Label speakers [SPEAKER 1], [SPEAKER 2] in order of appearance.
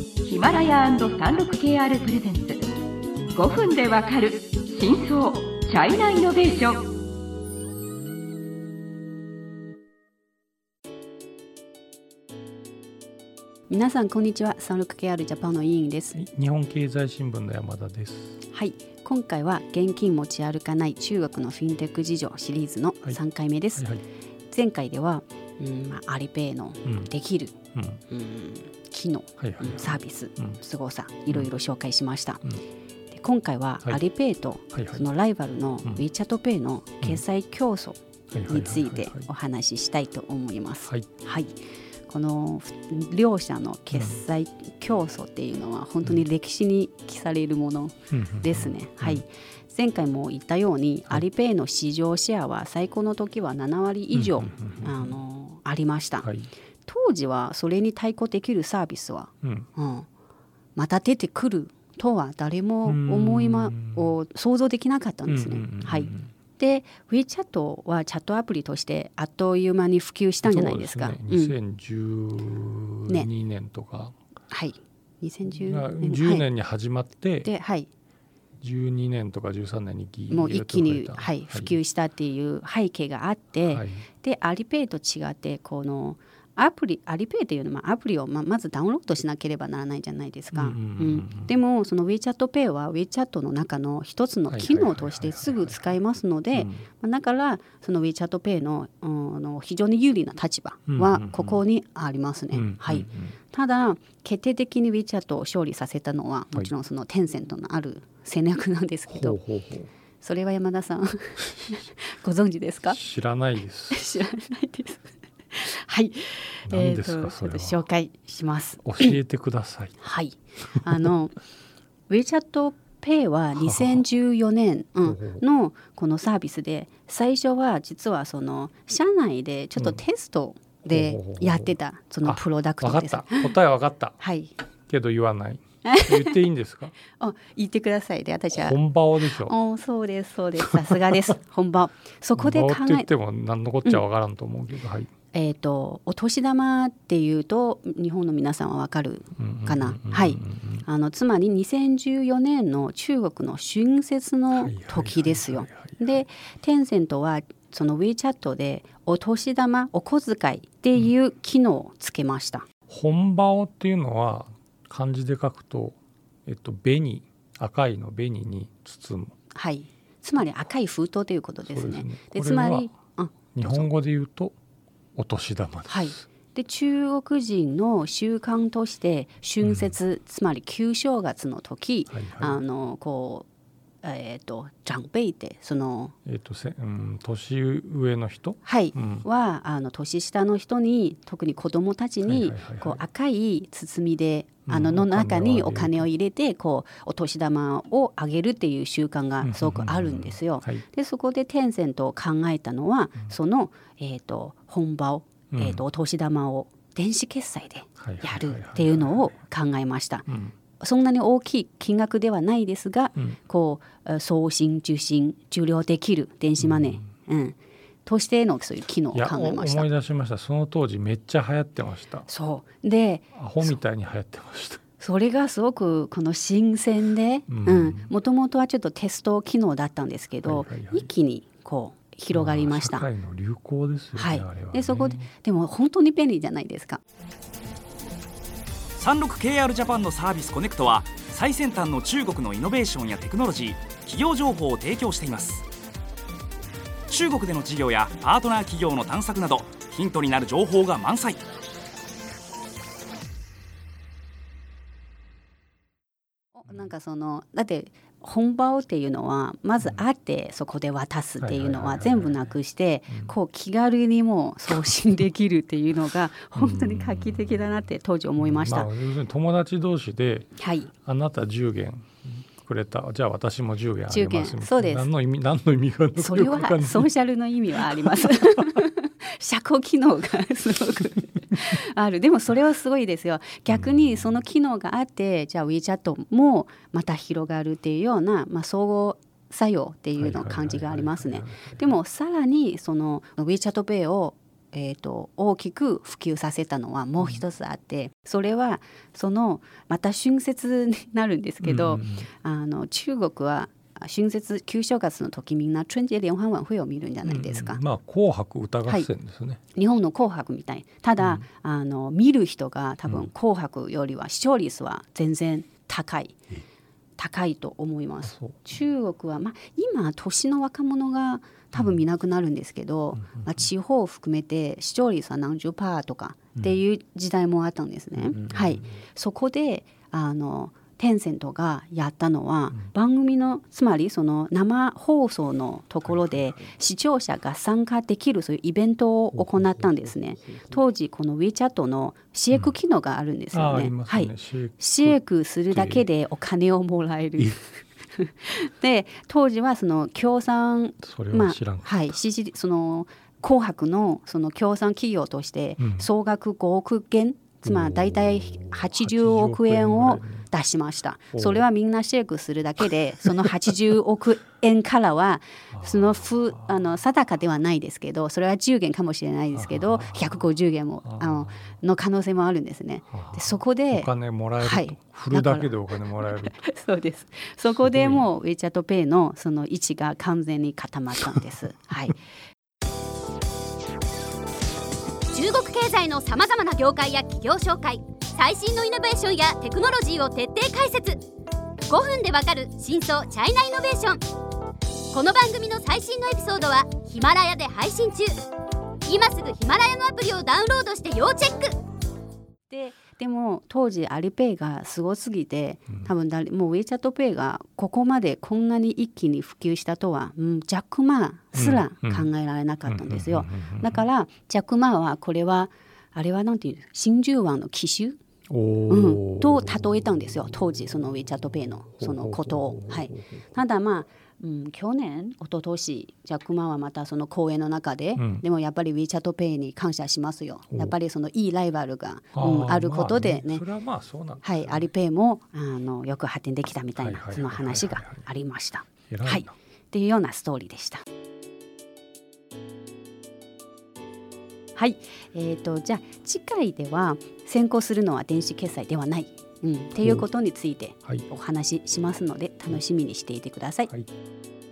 [SPEAKER 1] ヒマラヤ &36KR プレゼンツ5分でわかる真相チャイナイノベーション。
[SPEAKER 2] 皆さんこんにちは。 36KR ジャパンの委員です。
[SPEAKER 3] 日本経済新聞の山田です。
[SPEAKER 2] はい、今回は現金持ち歩かない中国のフィンテック事情シリーズの3回目です。前回では、アリペイのできる、機能、サービス、凄さいろいろ紹介しました。で今回はアリペイとそのライバルの WeChat Pay の決済競争についてお話ししたいと思います。この両者の決済競争っていうのは本当に歴史に記されるものですね。前回も言ったように、アリペイの市場シェアは最高の時は7割以上、ありました。当時はそれに対抗できるサービスは、また出てくるとは誰も想像できなかったんですね。で WeChat はチャットアプリとしてあっという間に普及したんじゃないですか。
[SPEAKER 3] そうですね、2012年とか、2010年に始まって、で12年とか13年に
[SPEAKER 2] もう一気に、普及したっていう背景があって、でアリペイと違ってこのアリペイというのはアプリをまずダウンロードしなければならないじゃないですか。でもその WeChat Pay は WeChat の中の一つの機能としてすぐ使えますので、だからその WeChat Pay の非常に有利な立場はここにありますね。ただ決定的に WeChat を勝利させたのはもちろんそのテンセントのある戦略なんですけど、それは山田さんご存知ですか？
[SPEAKER 3] 知らないです。
[SPEAKER 2] 知らないです。何ですかそれは。紹介します。
[SPEAKER 3] 教えてください。
[SPEAKER 2] WeChat Pay は2014年のこのサービスで、最初は実はその社内でちょっとテストでやってたそのプロダクトです。
[SPEAKER 3] 答え分かった。けど言わない。言っていいんですか？
[SPEAKER 2] 言ってください。で私は
[SPEAKER 3] 本場でしょ。
[SPEAKER 2] そうです。さすがです。本場。そこで考え
[SPEAKER 3] って言っても何のこっちゃ分からんと思うけど、
[SPEAKER 2] お年玉っていうと日本の皆さんはわかるかな。つまり2014年の中国の春節の時ですよ。でテンセントはその WeChat でお年玉お小遣いっていう機能をつけました。
[SPEAKER 3] 本場っていうのは漢字で書くと、紅、赤いの紅に包む。
[SPEAKER 2] つまり赤い封筒ということですね。でつまり
[SPEAKER 3] 日本語で言うとお年玉です。
[SPEAKER 2] で中国人の習慣として春節、つまり旧正月の時、長輩ってその、
[SPEAKER 3] 年上の人、
[SPEAKER 2] は年下の人に、特に子どもたちに赤い包みでの中にお金を入れてお年玉をあげるっていう習慣がすごくあるんですよ。でそこでテンセントを考えたのは、その、本場を、お年玉を電子決済でやるっていうのを考えました。そんなに大きい金額ではないですが、送信受信受領できる電子マネー、としてのそういう機能を考えました。
[SPEAKER 3] 思い出しました。その当時めっちゃ流行ってました。
[SPEAKER 2] そうで
[SPEAKER 3] アホみたいに流行ってました。
[SPEAKER 2] それがすごくこの新鮮で、もともとはちょっとテスト機能だったんですけど、一気に広がりました。
[SPEAKER 3] 社会の流行ですよね。あれはね。
[SPEAKER 2] でそこでも本当に便利じゃないですか。
[SPEAKER 4] 36KR ジャパンのサービスコネクトは、最先端の中国のイノベーションやテクノロジー、企業情報を提供しています。中国での事業やパートナー企業の探索など、ヒントになる情報が満載。
[SPEAKER 2] だって本場っていうのはまず会ってそこで渡すっていうのは全部なくして、気軽にも送信できるっていうのが本当に画期的だなって当時思いました。
[SPEAKER 3] 要するに友達同士で、あなた10元くれた、じゃあ私も10元あげますみたいな。
[SPEAKER 2] そうです。
[SPEAKER 3] 何の意味があるのか。
[SPEAKER 2] それはソーシャルの意味はあります社交機能がすごくある。でもそれはすごいですよ。逆にその機能があって、じゃあ WeChat もまた広がるっていうような、総合作用っていうの感じがありますね。でもさらにその WeChat Pay を大きく普及させたのはもう一つあって、それはまた春節になるんですけど、中国は春節旧正月の時みんな春節聯歡晚會を見るんじゃないですか。
[SPEAKER 3] 紅白歌合戦ですね、
[SPEAKER 2] 日本の紅白みたい。ただ、見る人が多分紅白よりは視聴率は全然高いと思います。中国は、今年の若者が多分見なくなるんですけど、地方を含めて視聴率は何十パーとかっていう時代もあったんですね、はい。そこでテンセントがやったのは、番組のつまりその生放送のところで視聴者が参加できるそういうイベントを行ったんですね。当時この WeChat のシェイク機能があるんですよね、はい、シェイクするだけでお金をもらえるで当時はその協賛、その紅白のその協賛企業として総額5億元、つまり大体80億円を出しました。それはみんなシェイクするだけで、その80億円からはその定かではないですけど、それは10元かもしれないですけど、150元もの可能性もあるんですね。でそこで
[SPEAKER 3] お金もらえると、はい、振るだけでお金もらえると
[SPEAKER 2] そうです。そこでもう WeChat Pay のその位置が完全に固まったんです、はい。
[SPEAKER 5] 中国経済のさまざまな業界や企業紹介、最新のイノベーションやテクノロジーを徹底解説。5分でわかる真相チャイナイノベーション。この番組の最新のエピソードはヒマラヤで配信中。今すぐヒマラヤのアプリをダウンロードして要チェック。
[SPEAKER 2] でも当時アリペイがすごすぎて、多分もう WeChat Pay がここまでこんなに一気に普及したとは、ジャック・マーすら考えられなかったんですよ。だからジャック・マーはこれはあれはなんていう真珠湾の奇襲、と例えたんですよ、当時その WeChat Pay のそのことを、はい。ただ去年一昨年ジャック・マーはまたその講演の中で、でもやっぱり WeChat Pay に感謝しますよ、やっぱりそのいいライバルがあることでね、
[SPEAKER 3] それはそうなんです
[SPEAKER 2] ね、はい、アリペイもよく発展できたみたいなその話がありました。はい、っていうようなストーリーでした。はい、じゃあ次回では先行するのは電子決済ではない、っていうことについてお話ししますので、楽しみにしていてください。
[SPEAKER 3] はい。